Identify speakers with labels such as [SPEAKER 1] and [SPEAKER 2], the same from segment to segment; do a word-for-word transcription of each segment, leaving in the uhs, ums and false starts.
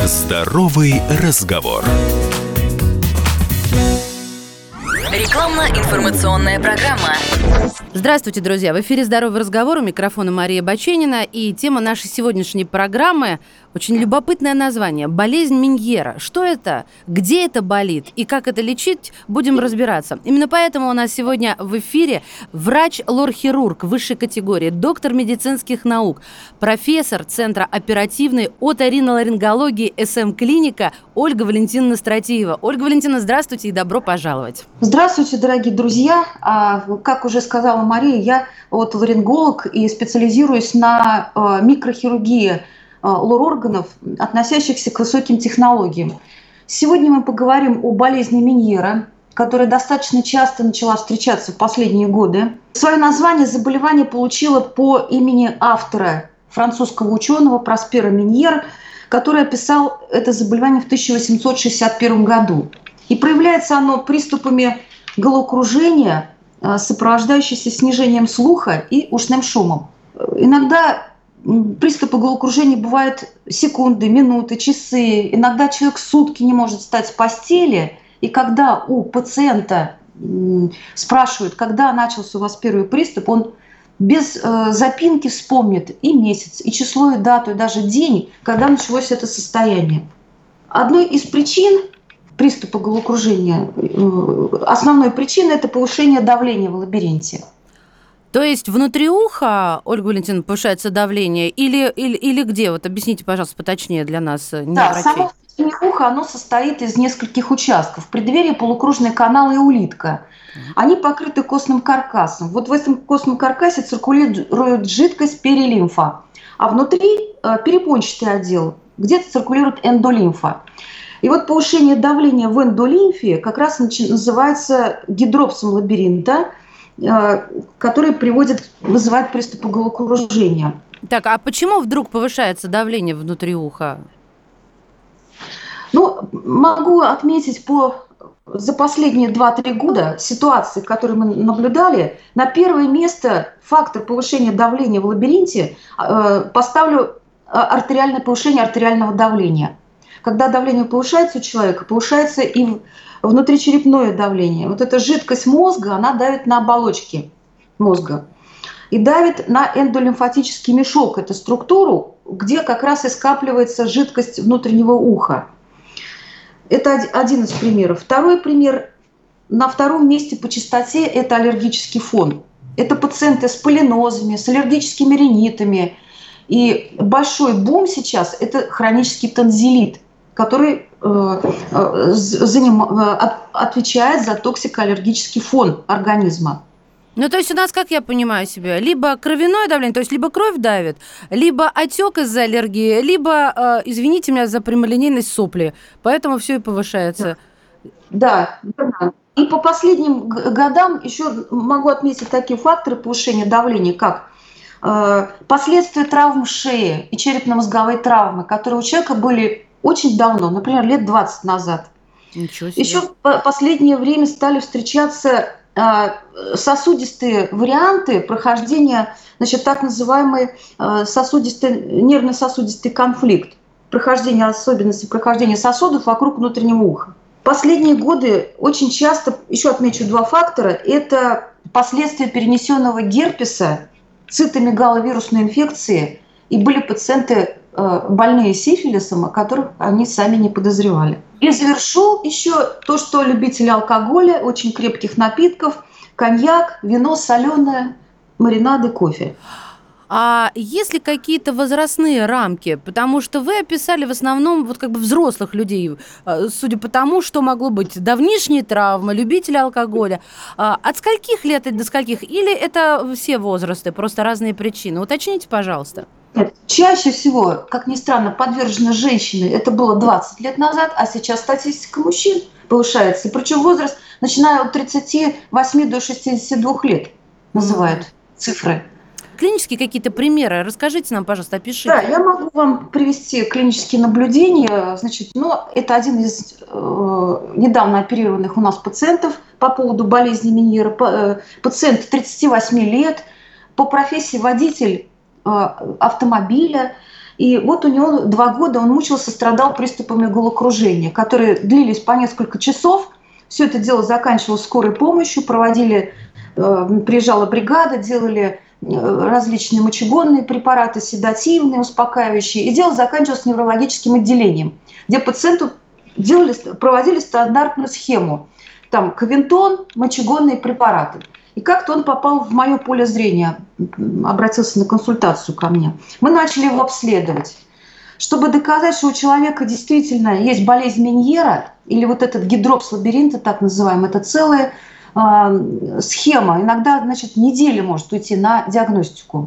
[SPEAKER 1] Здоровый разговор.
[SPEAKER 2] Рекламно-информационная программа.
[SPEAKER 3] Здравствуйте, друзья! В эфире «Здоровый разговор», у микрофона Мария Баченина. И тема нашей сегодняшней программы – очень любопытное название – болезнь Меньера. Что это, где это болит и как это лечить, будем разбираться. Именно поэтому у нас сегодня в эфире врач-лор-хирург высшей категории, доктор медицинских наук, профессор Центра оперативной оториноларингологии эс эм-клиника Ольга Валентиновна Стратиева. Ольга Валентиновна, здравствуйте и добро пожаловать.
[SPEAKER 4] Здравствуйте, дорогие друзья. Как уже сказала Мария, я отоларинголог и специализируюсь на микрохирургии лор-органов, относящихся к высоким технологиям. Сегодня мы поговорим о болезни Меньера, которая достаточно часто начала встречаться в последние годы. Свое название заболевание получило по имени автора, французского ученого Проспера Меньера, который описал это заболевание в тысяча восемьсот шестьдесят первом году. И проявляется оно приступами головокружения, сопровождающимися снижением слуха и ушным шумом. Иногда приступы головокружения бывают секунды, минуты, часы. Иногда человек сутки не может встать с постели. И когда у пациента спрашивают, когда начался у вас первый приступ, он без запинки вспомнит и месяц, и число, и дату, и даже день, когда началось это состояние. Одной из причин приступа головокружения, основной причиной – это повышение давления в лабиринте.
[SPEAKER 3] То есть внутри уха, Ольга Валентиновна, повышается давление или, или, или где? Вот объясните, пожалуйста, поточнее для нас, не
[SPEAKER 4] да,
[SPEAKER 3] врачей.
[SPEAKER 4] Само внутреннее ухо, оно состоит из нескольких участков. Преддверие, полукружный канал и улитка. Они покрыты костным каркасом. Вот в этом костном каркасе циркулирует жидкость перилимфа, а внутри перепончатый отдел, где-то циркулирует эндолимфа. И вот повышение давления в эндолимфе как раз называется гидропсом лабиринта, который приводит, вызывает приступы головокружения.
[SPEAKER 3] Так, а почему вдруг повышается давление внутри уха?
[SPEAKER 4] Ну, могу отметить по за последние два-три года ситуации, которые мы наблюдали, на первое место фактор повышения давления в лабиринте поставлю артериальное повышение артериального давления. Когда давление повышается у человека, повышается и внутричерепное давление. Вот эта жидкость мозга, она давит на оболочки мозга и давит на эндолимфатический мешок, эту структуру, где как раз и скапливается жидкость внутреннего уха. Это один из примеров. Второй пример. На втором месте по частоте это аллергический фон. Это пациенты с полинозами, с аллергическими ринитами. И большой бум сейчас – это хронический тонзиллит, который э, э, заним, э, отвечает за токсикоаллергический фон организма.
[SPEAKER 3] Ну, то есть у нас, как я понимаю себя, либо кровяное давление, то есть либо кровь давит, либо отек из-за аллергии, либо, э, извините меня за прямолинейность, сопли. Поэтому все и повышается.
[SPEAKER 4] Да, да. И по последним годам еще могу отметить такие факторы повышения давления, как э, последствия травм шеи и черепно-мозговые травмы, которые у человека были очень давно, например, лет двадцать назад.
[SPEAKER 3] Ничего себе.
[SPEAKER 4] Еще в последнее время стали встречаться сосудистые варианты прохождения, значит, так называемый сосудистый, нервно-сосудистый конфликт, прохождение особенностей прохождения сосудов вокруг внутреннего уха. Последние годы очень часто, еще отмечу два фактора, это последствия перенесенного герпеса, цитомегаловирусной инфекции, и были пациенты больные сифилисом, о которых они сами не подозревали. И завершу еще то, что любители алкоголя, очень крепких напитков, коньяк, вино, соленое, маринады, кофе.
[SPEAKER 3] А есть ли какие-то возрастные рамки? Потому что вы описали в основном вот как бы взрослых людей, судя по тому, что могло быть давнишние травмы, любители алкоголя. От скольких лет и до скольких? Или это все возрасты, просто разные причины? Уточните, пожалуйста.
[SPEAKER 4] Нет, чаще всего, как ни странно, подвержены женщины. Это было двадцать лет назад, а сейчас статистика мужчин повышается. И причем возраст, начиная от тридцати восьми до шестидесяти двух лет, называют mm-hmm. цифры.
[SPEAKER 3] Клинические какие-то примеры расскажите нам, пожалуйста, опишите.
[SPEAKER 4] Да, я могу вам привести клинические наблюдения. Значит, ну, это один из э, недавно оперированных у нас пациентов по поводу болезни Меньера. Э, пациент тридцати восьми лет, по профессии водитель автомобиля. И вот у него два года он мучился, страдал приступами головокружения, которые длились по несколько часов. Все это дело заканчивалось скорой помощью, проводили, приезжала бригада, делали различные мочегонные препараты, седативные, успокаивающие. И дело заканчивалось неврологическим отделением, где пациенту делали, проводили стандартную схему. Там кавентон, мочегонные препараты. И как-то он попал в мое поле зрения, обратился на консультацию ко мне. Мы начали его обследовать. Чтобы доказать, что у человека действительно есть болезнь Меньера, или вот этот гидропс лабиринта, так называемый, это целая э, схема. Иногда, значит, неделя может уйти на диагностику.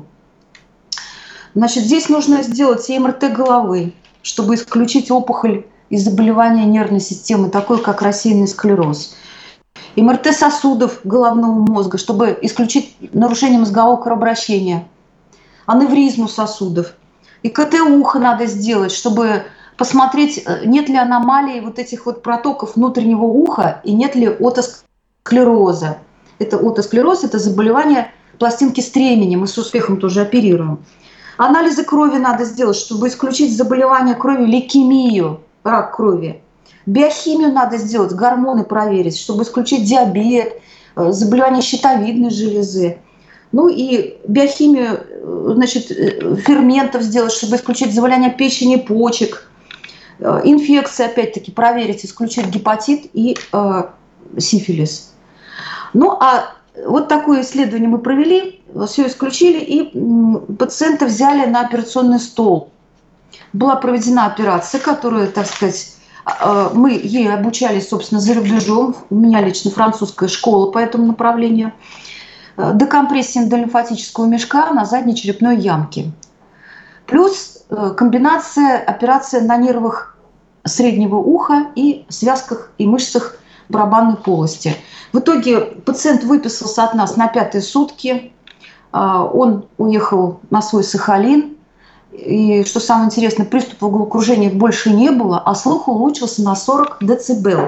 [SPEAKER 4] Значит, здесь нужно сделать и эм эр тэ головы, чтобы исключить опухоль и заболевание нервной системы, такое как рассеянный склероз. эм эр тэ сосудов головного мозга, чтобы исключить нарушение мозгового кровообращения, аневризму сосудов. И ка тэ уха надо сделать, чтобы посмотреть, нет ли аномалий вот этих вот протоков внутреннего уха и нет ли отосклероза. Это отосклероз, это заболевание пластинки стремени, мы с успехом тоже оперируем. Анализы крови надо сделать, чтобы исключить заболевание крови, лейкемию, рак крови. Биохимию надо сделать, гормоны проверить, чтобы исключить диабет, заболевание щитовидной железы. Ну и биохимию, значит, ферментов сделать, чтобы исключить заболевание печени, почек. Инфекции, опять-таки, проверить, исключить гепатит и э, сифилис. Ну а вот такое исследование мы провели, все исключили, и пациента взяли на операционный стол. Была проведена операция, которую, так сказать, мы ей обучались, собственно, за рубежом. У меня лично французская школа по этому направлению. Декомпрессия эндолимфатического мешка на задней черепной ямке. Плюс комбинация операции на нервах среднего уха и связках и мышцах барабанной полости. В итоге пациент выписался от нас на пятые сутки. Он уехал на свой Сахалин. И что самое интересное, приступов головокружения больше не было, а слух улучшился на сорок децибел.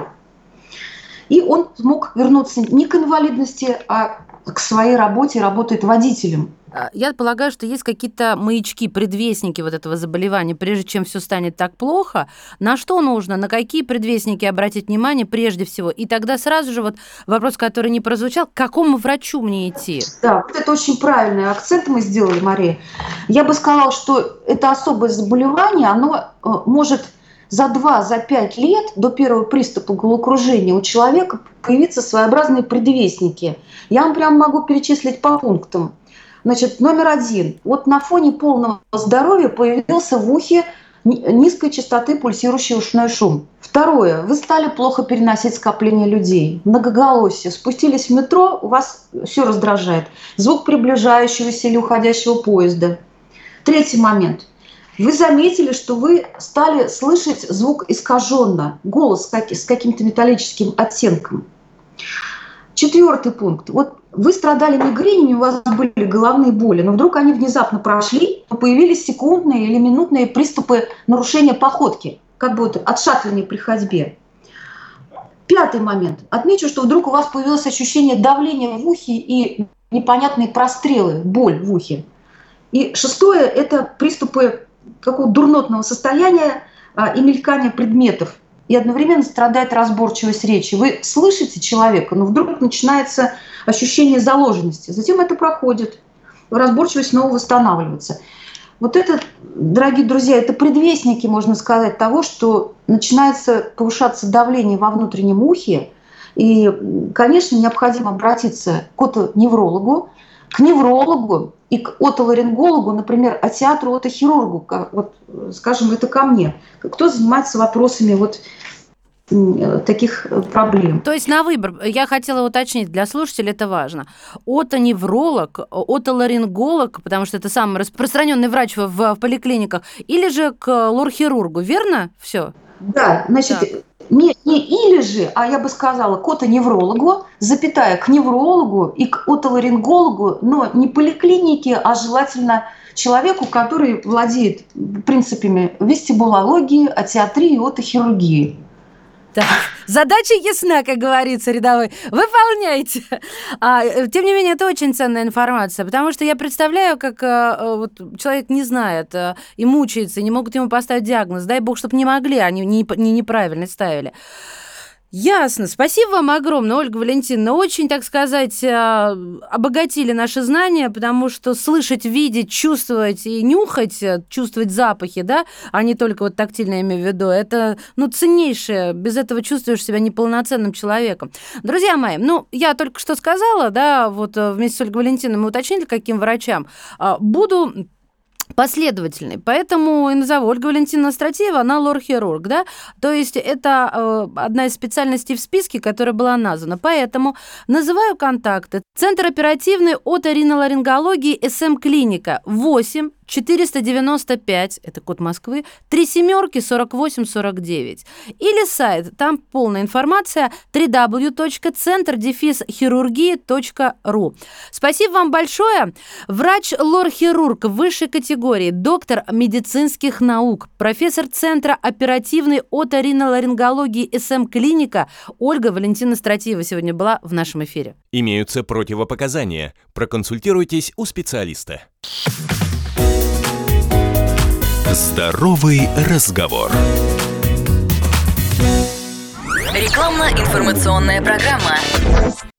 [SPEAKER 4] И он смог вернуться не к инвалидности, а к своей работе, работает водителем.
[SPEAKER 3] Я полагаю, что есть какие-то маячки, предвестники вот этого заболевания, прежде чем все станет так плохо. На что нужно, на какие предвестники обратить внимание прежде всего? И тогда сразу же вот вопрос, который не прозвучал, к какому врачу мне идти?
[SPEAKER 4] Да, вот это очень правильный акцент мы сделали, Мария. Я бы сказала, что это особое заболевание, оно может за два, за пять лет до первого приступа головокружения у человека появиться своеобразные предвестники. Я вам прямо могу перечислить по пунктам. Значит, номер один. Вот на фоне полного здоровья появился в ухе низкой частоты пульсирующий ушной шум. Второе. Вы стали плохо переносить скопление людей. Многоголосие. Спустились в метро, у вас все раздражает. Звук приближающегося или уходящего поезда. Третий момент. Вы заметили, что вы стали слышать звук искаженно, голос с каким-то металлическим оттенком. Четвертый пункт. Вот вы страдали мигренями, у вас были головные боли, но вдруг они внезапно прошли, появились секундные или минутные приступы нарушения походки, как будто отшатывания при ходьбе. Пятый момент. Отмечу, что вдруг у вас появилось ощущение давления в ухе и непонятные прострелы, боль в ухе. И шестое – это приступы какого-то дурнотного состояния а, и мелькания предметов. И одновременно страдает разборчивость речи. Вы слышите человека, но вдруг начинается ощущение заложенности. Затем это проходит, разборчивость снова восстанавливается. Вот это, дорогие друзья, это предвестники, можно сказать, того, что начинается повышаться давление во внутреннем ухе. И, конечно, необходимо обратиться к отоневрологу, к неврологу и к отоларингологу, например, отеатру, отохирургу, вот, скажем, это ко мне, кто занимается вопросами вот таких проблем.
[SPEAKER 3] То есть на выбор, я хотела уточнить, для слушателей это важно, отоневролог, отоларинголог, потому что это самый распространенный врач в, в поликлиниках, или же к лор-хирургу, верно? Все.
[SPEAKER 4] Да, значит, так. Не, не или же, а я бы сказала, к отоневрологу, запятая, к неврологу и к отоларингологу, но не поликлинике, а желательно человеку, который владеет принципами вестибулологии, отеатрии и отохирургии.
[SPEAKER 3] Так, задача ясна, как говорится, рядовой. Выполняйте. А, тем не менее, это очень ценная информация, потому что я представляю, как а, вот, человек не знает а, и мучается, и не могут ему поставить диагноз. Дай бог, чтобы не могли, они не, не неправильно ставили. Ясно. Спасибо вам огромное, Ольга Валентиновна. Очень, так сказать, обогатили наши знания, потому что слышать, видеть, чувствовать и нюхать, чувствовать запахи, да, а не только вот тактильно, я имею в виду, это, ну, ценнейшее. Без этого чувствуешь себя неполноценным человеком. Друзья мои, ну, я только что сказала, да, вот вместе с Ольгой Валентиновной мы уточнили, каким врачам. Буду последовательный. Поэтому и назову Ольга Валентиновна Стратеева, она лор-хирург, да, то есть это э, одна из специальностей в списке, которая была названа. Поэтому называю контакты. Центр оперативной оториноларингологии СМ-клиника восемь четыреста девяносто пять, это код Москвы, три семерки сорок восемь сорок девять. Или сайт, там полная информация дабл ю дабл ю дабл ю точка центр хирургии точка ру. Спасибо вам большое. Врач-лор-хирург высшей категории, доктор медицинских наук, профессор Центра оперативной оториноларингологии СМ-клиника Ольга Валентиновна Стратеева сегодня была в нашем эфире.
[SPEAKER 1] Имеются противопоказания. Проконсультируйтесь у специалиста. Здоровый разговор.
[SPEAKER 2] Рекламно-информационная программа.